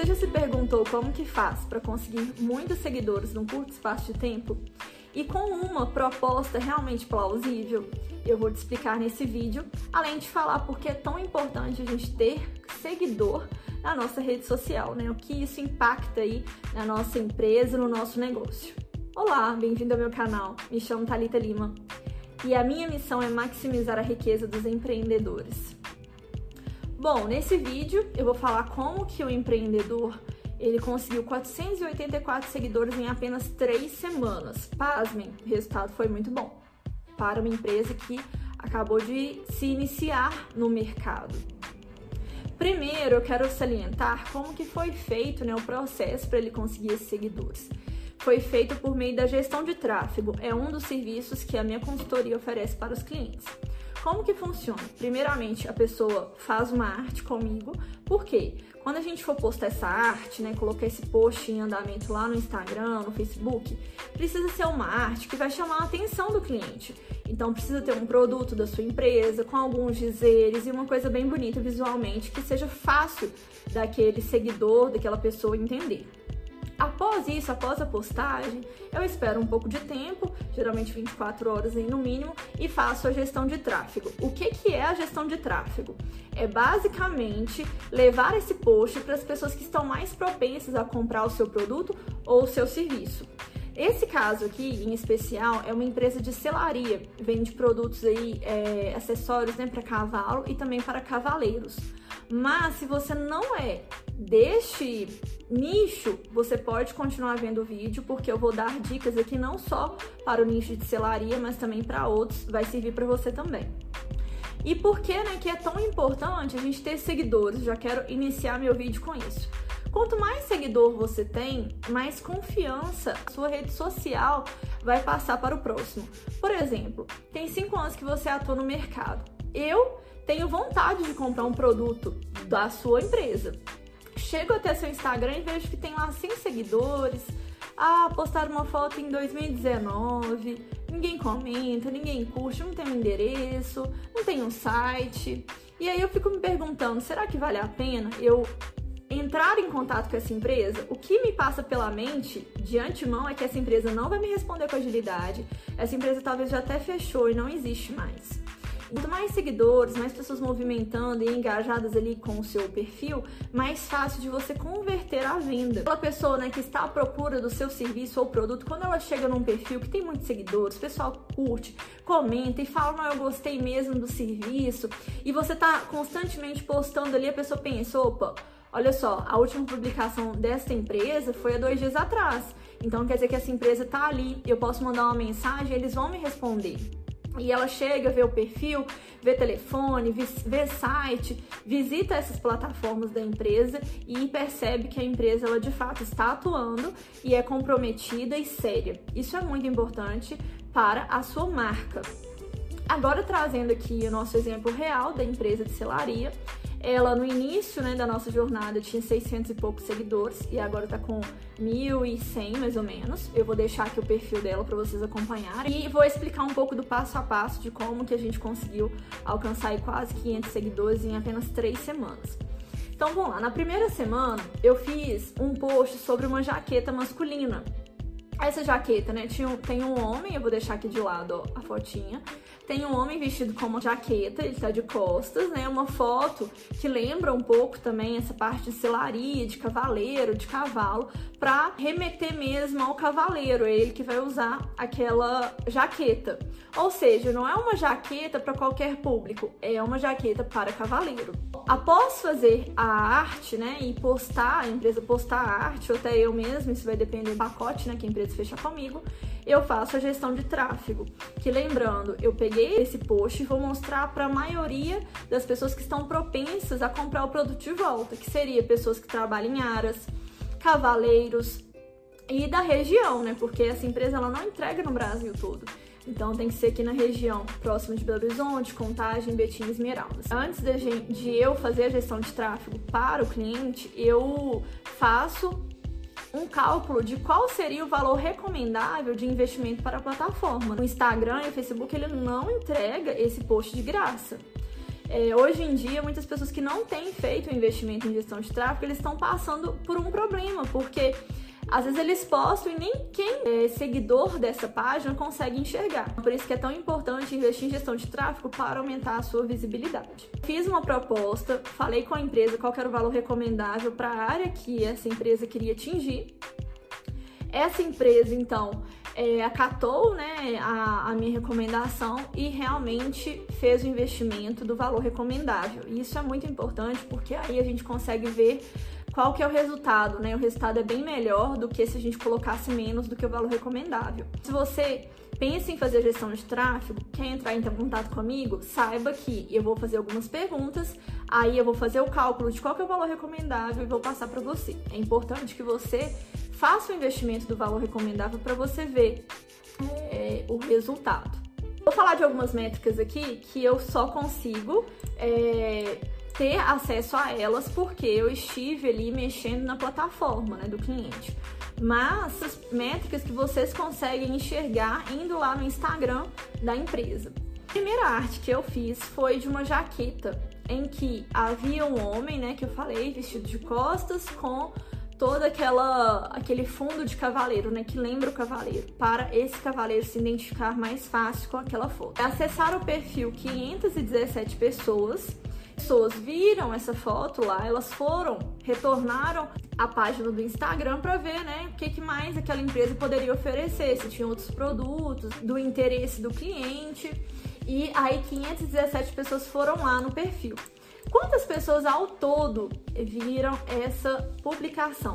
já se perguntou como que faz para conseguir muitos seguidores num curto espaço de tempo? E com uma proposta realmente plausível? Eu vou te explicar nesse vídeo, além de falar porque é tão importante a gente ter seguidor na nossa rede social, né? O que isso impacta aí na nossa empresa, no nosso negócio. Olá, bem-vindo ao meu canal. Me chamo Thalita Lima e a minha missão é maximizar a riqueza dos empreendedores. Bom, nesse vídeo eu vou falar como que o empreendedor ele conseguiu 484 seguidores em apenas 3 semanas. Pasmem, o resultado foi muito bom para uma empresa que acabou de se iniciar no mercado. Primeiro, eu quero salientar como que foi feito, né, o processo para ele conseguir esses seguidores. Foi feito por meio da gestão de tráfego. É um dos serviços que a minha consultoria oferece para os clientes. Como que funciona? Primeiramente, a pessoa faz uma arte comigo. Por quê? Quando a gente for postar essa arte, né, colocar esse post em andamento lá no Instagram, no Facebook, precisa ser uma arte que vai chamar a atenção do cliente. Então, precisa ter um produto da sua empresa, com alguns dizeres e uma coisa bem bonita visualmente, que seja fácil daquele seguidor, daquela pessoa entender. Após isso, após a postagem, eu espero um pouco de tempo, geralmente 24 horas aí no mínimo, e faço a gestão de tráfego. O que é a gestão de tráfego? É basicamente levar esse post para as pessoas que estão mais propensas a comprar o seu produto ou o seu serviço. Esse caso aqui, em especial, é uma empresa de selaria, vende produtos aí, acessórios, né, para cavalo e também para cavaleiros. Mas se você não é deste nicho, você pode continuar vendo o vídeo, porque eu vou dar dicas aqui não só para o nicho de selaria, mas também para outros, vai servir para você também. E por que, né, que é tão importante a gente ter seguidores? Já quero iniciar meu vídeo com isso. Quanto mais seguidor você tem, mais confiança a sua rede social vai passar para o próximo. Por exemplo, tem 5 anos que você atua no mercado. Eu tenho vontade de comprar um produto da sua empresa. Chego até seu Instagram e vejo que tem lá 100 seguidores. Postaram uma foto em 2019, ninguém comenta, ninguém curte, não tem um endereço, não tem um site. E aí eu fico me perguntando, será que vale a pena eu entrar em contato com essa empresa? O que me passa pela mente de antemão é que essa empresa não vai me responder com agilidade, essa empresa talvez já até fechou e não existe mais. Quanto mais seguidores, mais pessoas movimentando e engajadas ali com o seu perfil, mais fácil de você converter a venda. Aquela pessoa, né, que está à procura do seu serviço ou produto, quando ela chega num perfil que tem muitos seguidores, o pessoal curte, comenta e fala, não, eu gostei mesmo do serviço, e você tá constantemente postando ali, a pessoa pensa, opa, olha só, a última publicação dessa empresa foi há 2 dias atrás. Então quer dizer que essa empresa tá ali, eu posso mandar uma mensagem, eles vão me responder. E ela chega, vê o perfil, vê telefone, vê site, visita essas plataformas da empresa e percebe que a empresa ela de fato está atuando e é comprometida e séria. Isso é muito importante para a sua marca. Agora trazendo aqui o nosso exemplo real da empresa de selaria, ela no início, né, da nossa jornada tinha 600 e poucos seguidores e agora tá com 1.100 mais ou menos. Eu vou deixar aqui o perfil dela para vocês acompanharem e vou explicar um pouco do passo a passo de como que a gente conseguiu alcançar aí quase 500 seguidores em apenas 3 semanas. Então vamos lá, na primeira semana eu fiz um post sobre uma jaqueta masculina. Essa jaqueta, né, tem um homem, eu vou deixar aqui de lado, ó, a fotinha. Tem um homem vestido com uma jaqueta, ele tá de costas, né, uma foto que lembra um pouco também essa parte de selaria, de cavaleiro, de cavalo, pra remeter mesmo ao cavaleiro, é ele que vai usar aquela jaqueta. Ou seja, não é uma jaqueta para qualquer público, é uma jaqueta para cavaleiro. Após fazer a arte, né, e postar, a empresa postar a arte, ou até eu mesmo, isso vai depender do pacote, né, que a empresa fechar comigo, eu faço a gestão de tráfego, que lembrando, eu peguei esse post e vou mostrar para a maioria das pessoas que estão propensas a comprar o produto de volta, que seria pessoas que trabalham em aras, cavaleiros e da região, né, porque essa empresa ela não entrega no Brasil todo. Então tem que ser aqui na região próxima de Belo Horizonte, Contagem, Betim e Esmeraldas. Antes de eu fazer a gestão de tráfego para o cliente, eu faço um cálculo de qual seria o valor recomendável de investimento para a plataforma. O Instagram e o Facebook ele não entrega esse post de graça. Hoje em dia, muitas pessoas que não têm feito investimento em gestão de tráfego, eles estão passando por um problema, porque às vezes eles postam e nem quem é seguidor dessa página consegue enxergar. Por isso que é tão importante investir em gestão de tráfego para aumentar a sua visibilidade. Fiz uma proposta, falei com a empresa qual era o valor recomendável para a área que essa empresa queria atingir. Essa empresa, então, acatou, né, a minha recomendação e realmente fez o investimento do valor recomendável. E isso é muito importante porque aí a gente consegue ver qual que é o resultado, né? O resultado é bem melhor do que se a gente colocasse menos do que o valor recomendável. Se você pensa em fazer gestão de tráfego, quer entrar em contato comigo, saiba que eu vou fazer algumas perguntas, aí eu vou fazer o cálculo de qual que é o valor recomendável e vou passar para você. É importante que você faça o investimento do valor recomendável para você ver o resultado. Vou falar de algumas métricas aqui que eu só consigo ter acesso a elas porque eu estive ali mexendo na plataforma, né, do cliente. Mas as métricas que vocês conseguem enxergar indo lá no Instagram da empresa. A primeira arte que eu fiz foi de uma jaqueta em que havia um homem, né, que eu falei, vestido de costas, com todo aquele fundo de cavaleiro, né, que lembra o cavaleiro, para esse cavaleiro se identificar mais fácil com aquela foto. Acessaram o perfil 517 pessoas viram essa foto lá, elas retornaram à página do Instagram para ver, né, o que mais aquela empresa poderia oferecer, se tinha outros produtos, do interesse do cliente, e aí 517 pessoas foram lá no perfil. Quantas pessoas ao todo viram essa publicação?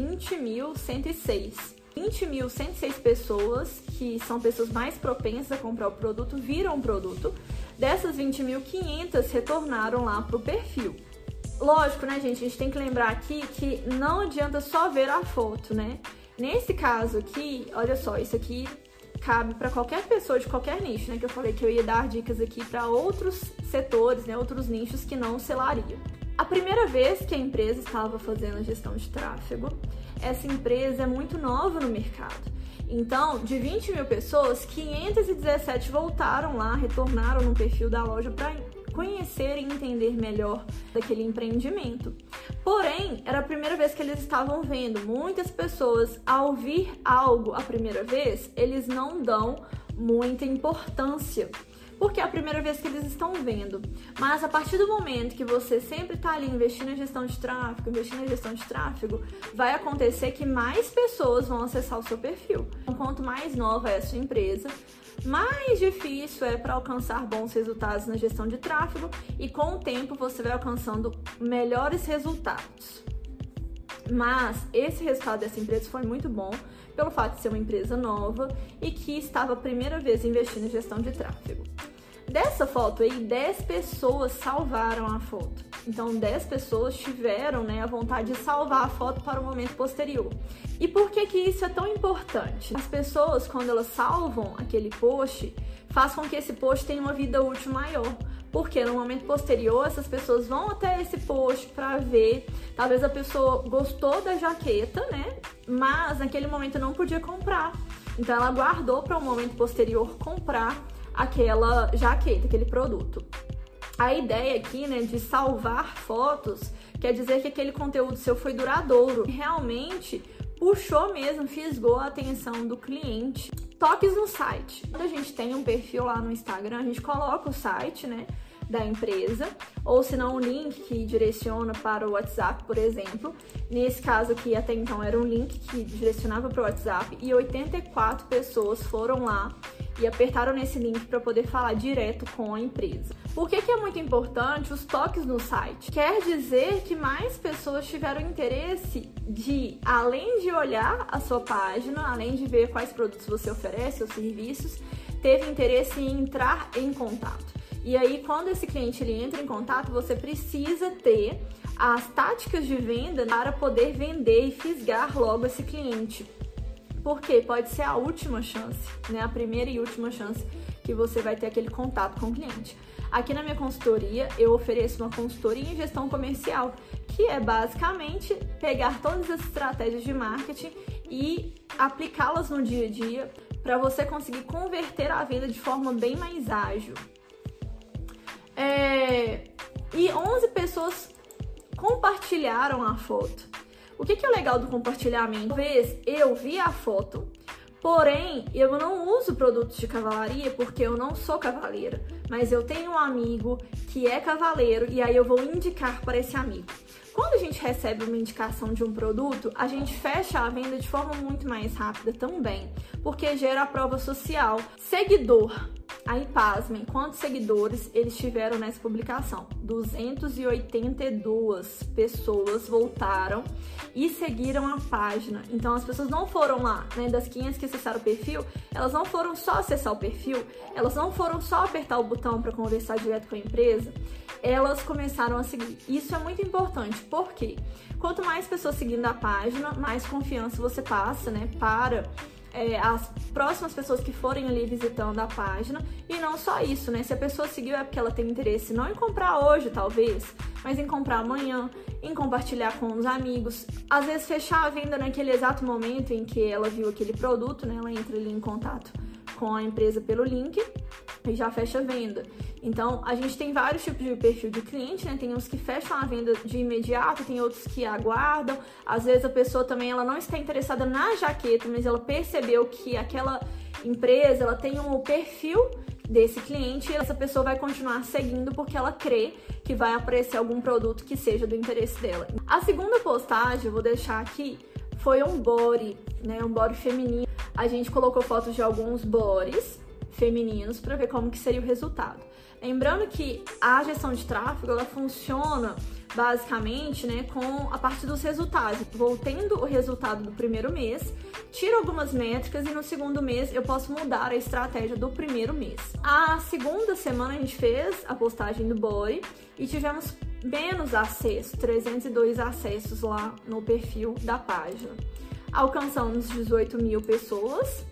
20.106. 20.106 pessoas, que são pessoas mais propensas a comprar o produto, viram o produto. Dessas 20.500 retornaram lá pro perfil. Lógico, né, gente? A gente tem que lembrar aqui que não adianta só ver a foto, né? Nesse caso aqui, olha só, isso aqui cabe para qualquer pessoa de qualquer nicho, né? Que eu falei que eu ia dar dicas aqui para outros setores, né? Outros nichos que não selaria. A primeira vez que a empresa estava fazendo a gestão de tráfego, essa empresa é muito nova no mercado. Então, de 20.000 pessoas, 517 voltaram lá, retornaram no perfil da loja para conhecer e entender melhor daquele empreendimento. Porém, era a primeira vez que eles estavam vendo. Muitas pessoas, ao vir algo a primeira vez, eles não dão muita importância, porque é a primeira vez que eles estão vendo. Mas a partir do momento que você sempre está ali investindo em gestão de tráfego, vai acontecer que mais pessoas vão acessar o seu perfil. Então, quanto mais nova é a sua empresa, mais difícil é para alcançar bons resultados na gestão de tráfego e com o tempo você vai alcançando melhores resultados. Mas esse resultado dessa empresa foi muito bom pelo fato de ser uma empresa nova e que estava a primeira vez investindo em gestão de tráfego. Dessa foto aí, 10 pessoas salvaram a foto. Então, 10 pessoas tiveram, né, a vontade de salvar a foto para o momento posterior. E por que que isso é tão importante? As pessoas, quando elas salvam aquele post, faz com que esse post tenha uma vida útil maior. Porque no momento posterior, essas pessoas vão até esse post para ver. Talvez a pessoa gostou da jaqueta, né? Mas naquele momento não podia comprar. Então, ela guardou para um momento posterior comprar aquela jaqueta, aquele produto. A ideia aqui, né, de salvar fotos, quer dizer que aquele conteúdo seu foi duradouro. Realmente puxou mesmo, fisgou a atenção do cliente. Toques no site. Quando a gente tem um perfil lá no Instagram, a gente coloca o site, né, da empresa, ou se não um link que direciona para o WhatsApp, por exemplo. Nesse caso aqui, até então, era um link que direcionava para o WhatsApp e 84 pessoas foram lá e apertaram nesse link para poder falar direto com a empresa. Por que que é muito importante os toques no site? Quer dizer que mais pessoas tiveram interesse de, além de olhar a sua página, além de ver quais produtos você oferece ou serviços, teve interesse em entrar em contato. E aí, quando esse cliente ele entra em contato, você precisa ter as táticas de venda para poder vender e fisgar logo esse cliente. Porque pode ser a última chance, né? A primeira e última chance que você vai ter aquele contato com o cliente. Aqui na minha consultoria, eu ofereço uma consultoria em gestão comercial, que é basicamente pegar todas as estratégias de marketing e aplicá-las no dia a dia para você conseguir converter a venda de forma bem mais ágil. E 11 pessoas compartilharam a foto. O que é o legal do compartilhamento? Talvez eu vi a foto, porém eu não uso produtos de cavalaria porque eu não sou cavaleira, mas eu tenho um amigo que é cavaleiro e aí eu vou indicar para esse amigo. Quando a gente recebe uma indicação de um produto, a gente fecha a venda de forma muito mais rápida também, porque gera a prova social. Seguidor. Aí, pasmem, quantos seguidores eles tiveram nessa publicação? 282 pessoas voltaram e seguiram a página. Então, as pessoas não foram lá, né? Das 500 que acessaram o perfil, elas não foram só acessar o perfil, elas não foram só apertar o botão para conversar direto com a empresa, elas começaram a seguir. Isso é muito importante, porque quanto mais pessoas seguindo a página, mais confiança você passa, né? Para as próximas pessoas que forem ali visitando a página. E não só isso, né? Se a pessoa seguiu é porque ela tem interesse não em comprar hoje, talvez, mas em comprar amanhã, em compartilhar com os amigos, às vezes fechar a venda naquele exato momento em que ela viu aquele produto, né? Ela entra ali em contato com a empresa pelo link e já fecha a venda. Então, a gente tem vários tipos de perfil de cliente, né? Tem uns que fecham a venda de imediato, tem outros que aguardam. Às vezes a pessoa também ela não está interessada na jaqueta, mas ela percebeu que aquela empresa ela tem um perfil desse cliente e essa pessoa vai continuar seguindo porque ela crê que vai aparecer algum produto que seja do interesse dela. A segunda postagem, eu vou deixar aqui, foi um body, né? Um body feminino. A gente colocou fotos de alguns bodies femininos para ver como que seria o resultado. Lembrando que a gestão de tráfego, ela funciona basicamente, né, com a parte dos resultados. Vou tendo o resultado do primeiro mês, tiro algumas métricas e no segundo mês eu posso mudar a estratégia do primeiro mês. A segunda semana a gente fez a postagem do body e tivemos menos acessos, 302 acessos lá no perfil da página. Alcançamos 18 mil pessoas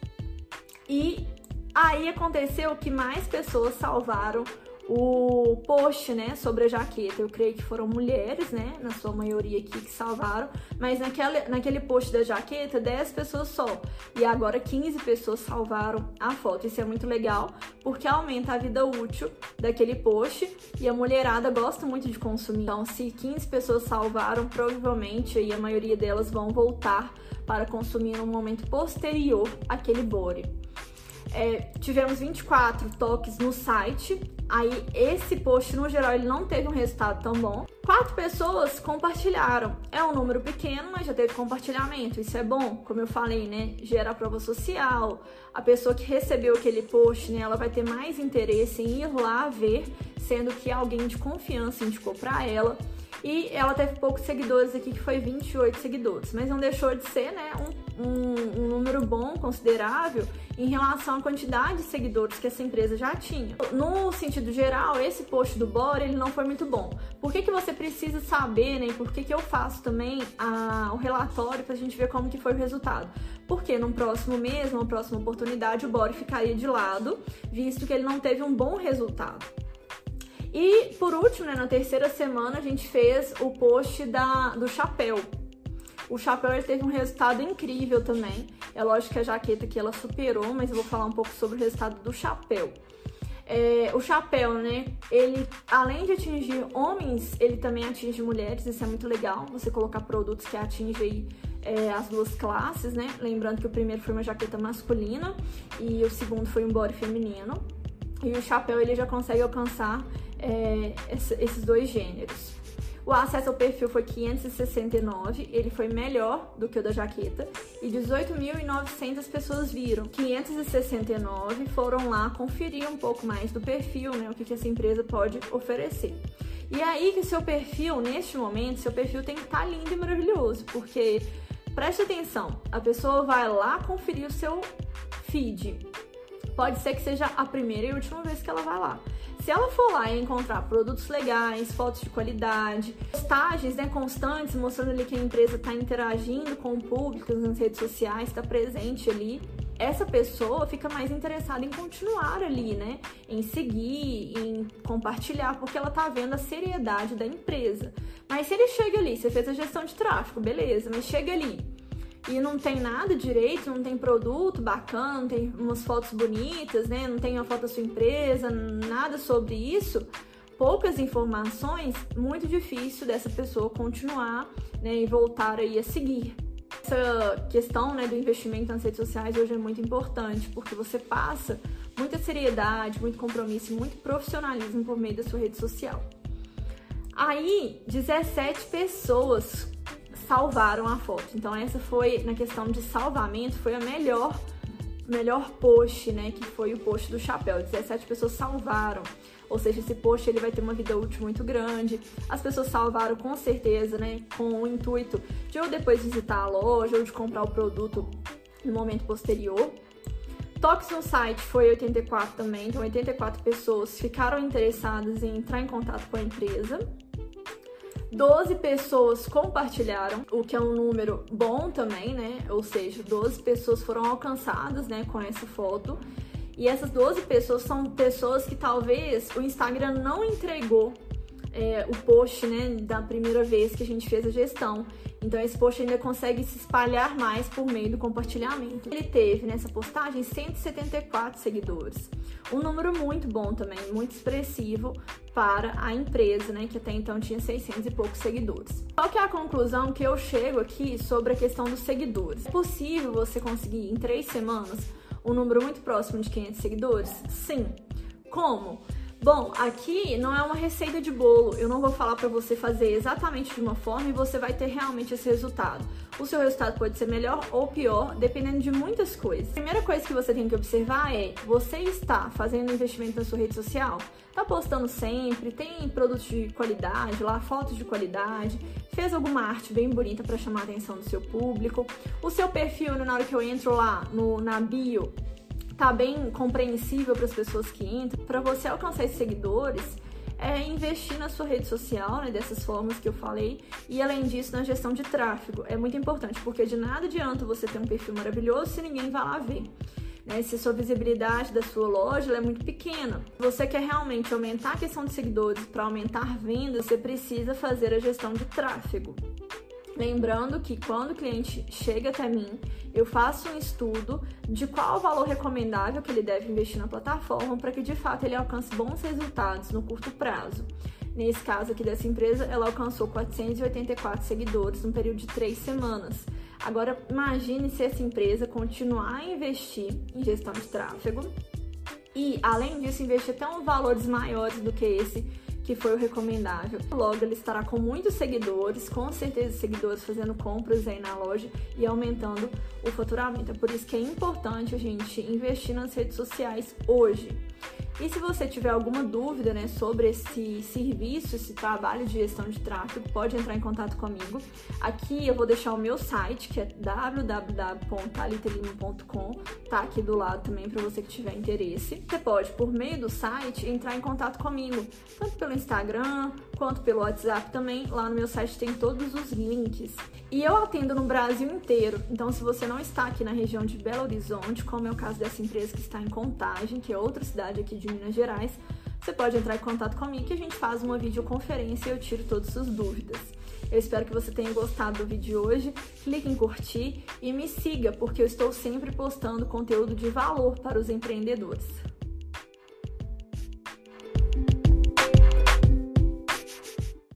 e aí aconteceu que mais pessoas salvaram o post, né, sobre a jaqueta. Eu creio que foram mulheres, né, na sua maioria aqui que salvaram, mas naquele post da jaqueta, 10 pessoas só. E agora 15 pessoas salvaram a foto. Isso é muito legal, porque aumenta a vida útil daquele post e a mulherada gosta muito de consumir. Então, se 15 pessoas salvaram, provavelmente aí a maioria delas vão voltar para consumir no momento posterior àquele body. Tivemos 24 toques no site, aí esse post no geral ele não teve um resultado tão bom. 4 pessoas compartilharam, é um número pequeno, mas já teve compartilhamento, isso é bom, como eu falei, né, gera prova social, a pessoa que recebeu aquele post, né, ela vai ter mais interesse em ir lá ver, sendo que alguém de confiança indicou para ela. E ela teve poucos seguidores aqui, que foi 28 seguidores, mas não deixou de ser, né, um número bom, considerável, em relação à quantidade de seguidores que essa empresa já tinha. No sentido geral, esse post do body, ele não foi muito bom. Por que você precisa saber, né, e por que eu faço também o relatório pra gente ver como que foi o resultado? Porque no próximo mês, numa próxima oportunidade, o body ficaria de lado, visto que ele não teve um bom resultado. E, por último, né, na terceira semana, a gente fez o post do chapéu. O chapéu ele teve um resultado incrível também. É lógico que a jaqueta aqui ela superou, mas eu vou falar um pouco sobre o resultado do chapéu. O chapéu, né, ele, além de atingir homens, ele também atinge mulheres. Isso é muito legal, você colocar produtos que atingem as duas classes, né? Lembrando que o primeiro foi uma jaqueta masculina e o segundo foi um body feminino. E o chapéu ele já consegue alcançar esses dois gêneros. O acesso ao perfil foi 569, ele foi melhor do que o da jaqueta, e 18.900 pessoas viram. 569 foram lá conferir um pouco mais do perfil, né, o que essa empresa pode oferecer. E aí que seu perfil, neste momento, seu perfil tem que estar lindo e maravilhoso, porque, preste atenção, a pessoa vai lá conferir o seu feed. Pode ser que seja a primeira e última vez que ela vai lá. Se ela for lá e encontrar produtos legais, fotos de qualidade, postagens, né, constantes, mostrando ali que a empresa está interagindo com o público nas redes sociais, está presente ali, essa pessoa fica mais interessada em continuar ali, né, em seguir, em compartilhar, porque ela tá vendo a seriedade da empresa. Mas se ele chega ali, você fez a gestão de tráfego, beleza, mas chega ali e não tem nada direito, não tem produto bacana, não tem umas fotos bonitas, né? Não tem uma foto da sua empresa, nada sobre isso, poucas informações, muito difícil dessa pessoa continuar, né, e voltar aí a seguir. Essa questão, né, do investimento nas redes sociais hoje é muito importante, porque você passa muita seriedade, muito compromisso, muito profissionalismo por meio da sua rede social. Aí, 17 pessoas salvaram a foto. Então, essa foi, na questão de salvamento, foi a melhor post, né, que foi o post do chapéu. 17 pessoas salvaram. Ou seja, esse post ele vai ter uma vida útil muito grande. As pessoas salvaram com certeza, né, com o intuito de ou depois visitar a loja ou de comprar o produto no momento posterior. Toques no site foi 84 também, então 84 pessoas ficaram interessadas em entrar em contato com a empresa. 12 pessoas compartilharam, o que é um número bom também, né? Ou seja, 12 pessoas foram alcançadas, né, com essa foto. E essas 12 pessoas são pessoas que talvez o Instagram não entregou o post, né, da primeira vez que a gente fez a gestão. Então esse post ainda consegue se espalhar mais por meio do compartilhamento. Ele teve nessa postagem 174 seguidores. Um número muito bom também, muito expressivo para a empresa, né, que até então tinha 600 e poucos seguidores. Qual que é a conclusão que eu chego aqui sobre a questão dos seguidores? É possível você conseguir em 3 semanas um número muito próximo de 500 seguidores? Sim. Como? Bom, aqui não é uma receita de bolo, eu não vou falar para você fazer exatamente de uma forma e você vai ter realmente esse resultado. O seu resultado pode ser melhor ou pior, dependendo de muitas coisas. A primeira coisa que você tem que observar é, você está fazendo investimento na sua rede social? Está postando sempre, tem produtos de qualidade lá, fotos de qualidade, fez alguma arte bem bonita para chamar a atenção do seu público, o seu perfil, na hora que eu entro lá na bio, tá bem compreensível para as pessoas que entram. Para você alcançar esses seguidores, é investir na sua rede social, né, dessas formas que eu falei, e além disso na gestão de tráfego. É muito importante, porque de nada adianta você ter um perfil maravilhoso se ninguém vai lá ver, né? Se a sua visibilidade da sua loja é muito pequena. Se você quer realmente aumentar a questão de seguidores para aumentar vendas, você precisa fazer a gestão de tráfego. Lembrando que quando o cliente chega até mim, eu faço um estudo de qual o valor recomendável que ele deve investir na plataforma para que de fato ele alcance bons resultados no curto prazo. Nesse caso aqui dessa empresa, ela alcançou 484 seguidores no período de 3 semanas. Agora imagine se essa empresa continuar a investir em gestão de tráfego e, além disso, investir até uns valores maiores do que esse que foi o recomendável. Logo, ele estará com muitos seguidores, com certeza seguidores fazendo compras aí na loja e aumentando o faturamento. É por isso que é importante a gente investir nas redes sociais hoje. E se você tiver alguma dúvida, né, sobre esse serviço, esse trabalho de gestão de tráfego, pode entrar em contato comigo. Aqui eu vou deixar o meu site, que é www.talitelimo.com, tá aqui do lado também para você que tiver interesse. Você pode, por meio do site, entrar em contato comigo, tanto pelo Instagram quanto pelo WhatsApp também. Lá no meu site tem todos os links. E eu atendo no Brasil inteiro, então se você não está aqui na região de Belo Horizonte, como é o caso dessa empresa que está em Contagem, que é outra cidade aqui de Minas Gerais, você pode entrar em contato comigo que a gente faz uma videoconferência e eu tiro todas as suas dúvidas. Eu espero que você tenha gostado do vídeo de hoje, clique em curtir e me siga, porque eu estou sempre postando conteúdo de valor para os empreendedores.